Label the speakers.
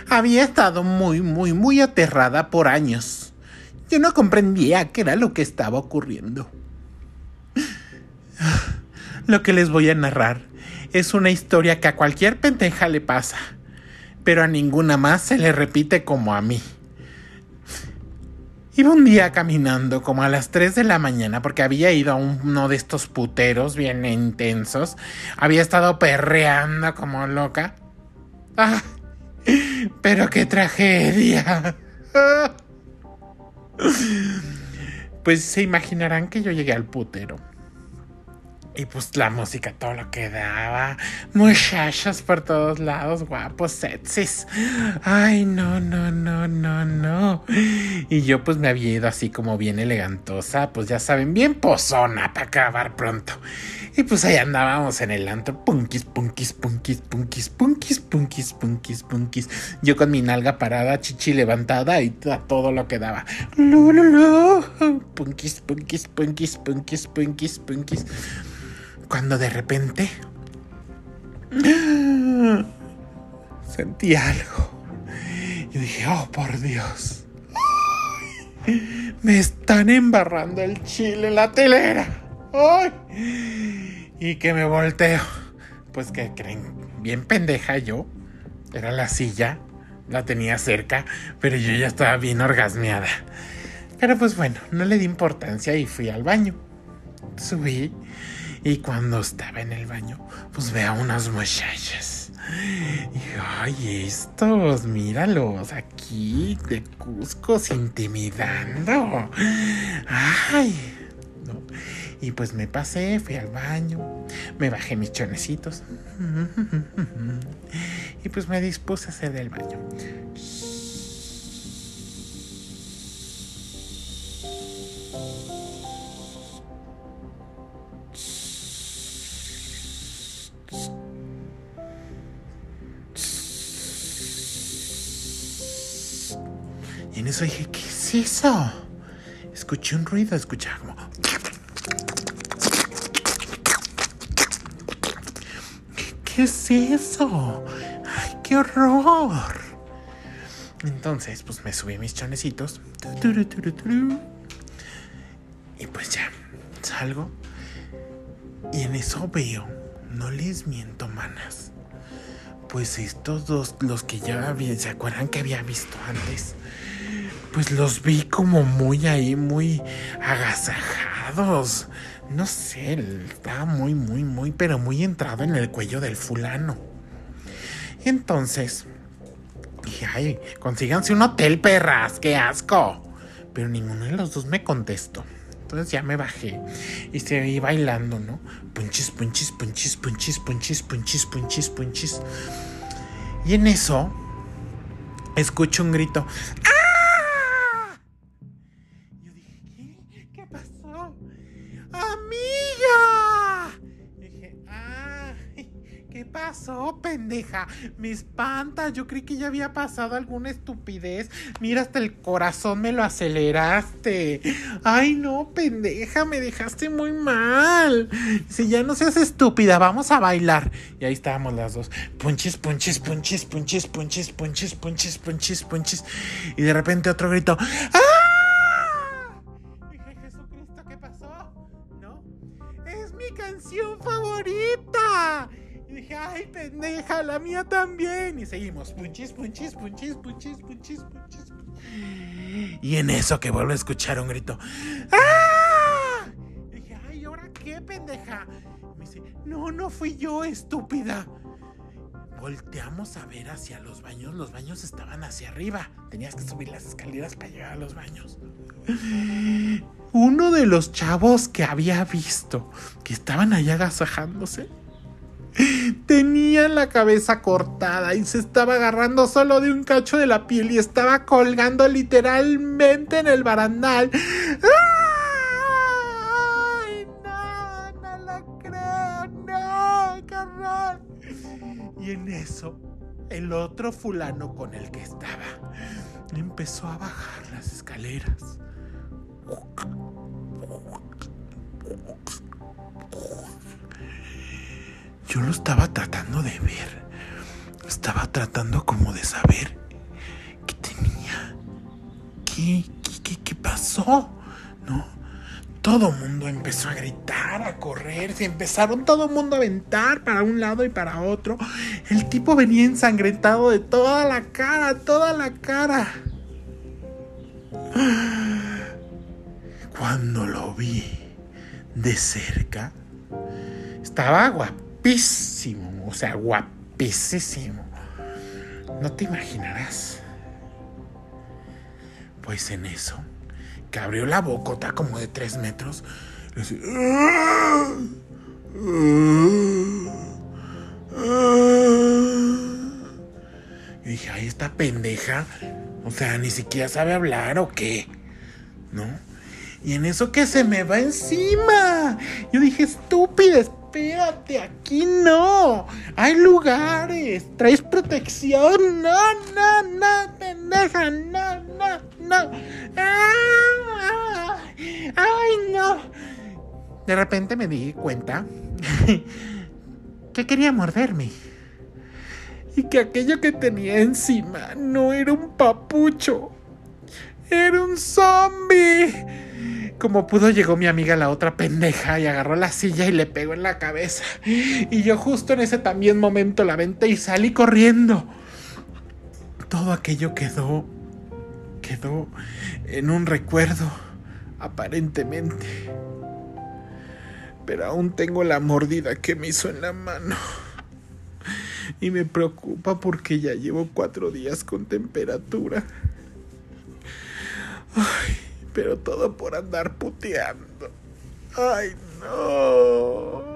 Speaker 1: Había estado muy aterrada por años. Yo no comprendía qué era lo que estaba ocurriendo. Lo que les voy a narrar es una historia que a cualquier pendeja le pasa, pero a ninguna más se le repite como a mí. Iba un día caminando como a las 3 de la mañana porque había ido a uno de estos puteros bien intensos. Había estado perreando como loca. ¡Ah! ¡Pero qué tragedia! Pues se imaginarán que yo llegué al putero. Y pues la música, todo lo que daba. Muchachos por todos lados, guapos, sexys. Ay, no. Y yo pues me había ido así como bien elegantosa. Pues ya saben, bien pozona para acabar pronto. Y pues ahí andábamos en el antro. Punkis. Yo con mi nalga parada, chichi levantada y todo lo que daba. Punkis. Cuando de repente sentí algo y dije, oh por Dios, me están embarrando el chile en la telera. ¡Ay! Y que me volteo. Pues que creen, bien pendeja yo. Era la silla, la tenía cerca, pero yo ya estaba bien orgasmeada. Pero pues bueno, no le di importancia y fui al baño. Subí. Y cuando estaba en el baño, pues veo a unas muchachas. Y ay, estos, míralos, aquí de Cusco, intimidando. Ay, no. Y pues me pasé, fui al baño, me bajé mis chonecitos. Y pues me dispuse a hacer del baño. Y en eso dije, ¿qué es eso? Escuché un ruido, escuchaba como... ¿Qué es eso? ¡Ay, qué horror! Entonces, pues me subí mis chonecitos. Y pues ya, salgo. Y en eso veo, no les miento, manas. Pues estos dos, los que ya había, ¿se acuerdan que había visto antes? Pues los vi como muy agasajados. No sé, estaba pero muy entrado en el cuello del fulano. Entonces dije, ay, consíganse un hotel, perras, qué asco. Pero ninguno de los dos me contestó. Entonces ya me bajé y seguí bailando, ¿no? Punchis. Y en eso escucho un grito. ¡Ah! Yo dije, ¿qué pasó? ¡Amiga! Y dije, ¡ay! ¿Qué pasó, pendeja? Me espantas. Yo creí que ya había pasado alguna estupidez. Mira, hasta el corazón me lo aceleraste. Ay, no, pendeja, me dejaste muy mal. Si ya no seas estúpida, vamos a bailar. Y ahí estábamos las dos. Punchis. Y de repente otro grito. ¡Ah! Dije, Jesucristo, ¿qué pasó? ¿No? ¡Es mi canción favorita! Y dije, ay, pendeja, la mía también. Y seguimos, punchis. Y en eso que vuelvo a escuchar un grito. ¡Ah! Y dije, ay, ¿ahora qué, pendeja? Y me dice, no fui yo, estúpida. Volteamos a ver hacia los baños estaban hacia arriba. Tenías que subir las escaleras para llegar a los baños. Uno de los chavos que había visto, que estaban allá agasajándose, tenía la cabeza cortada y se estaba agarrando solo de un cacho de la piel y estaba colgando literalmente en el barandal. ¡Ay, no lo creo! ¡No, qué horror! Y en eso, el otro fulano con el que estaba empezó a bajar las escaleras. Yo lo estaba tratando de ver. Estaba tratando como de saber ¿Qué pasó? ¿No? Todo el mundo empezó a gritar, a correr, todo el mundo a aventar para un lado y para otro. El tipo venía ensangrentado de toda la cara. Cuando lo vi de cerca, estaba guapísimo, o sea, guapísimo. No te imaginarás. Pues en eso, que abrió la bocota como de 3 metros. Y así, yo dije, ay, esta pendeja, o sea, ni siquiera sabe hablar o qué, ¿no? Y en eso que se me va encima. Yo dije, estúpida, espérate, aquí no. Hay lugares, traes protección. No, pendeja, no. Ay, no. De repente me di cuenta que quería morderme. Y que aquello que tenía encima no era un papucho. Era un zombie. Como pudo, llegó mi amiga, la otra pendeja, y agarró la silla y le pegó en la cabeza. Y yo justo en ese también momento la aventé y salí corriendo. Todo aquello quedó en un recuerdo, aparentemente. Pero aún tengo la mordida que me hizo en la mano. Y me preocupa porque ya llevo 4 días con temperatura. Ay, pero todo por andar puteando. Ay, no.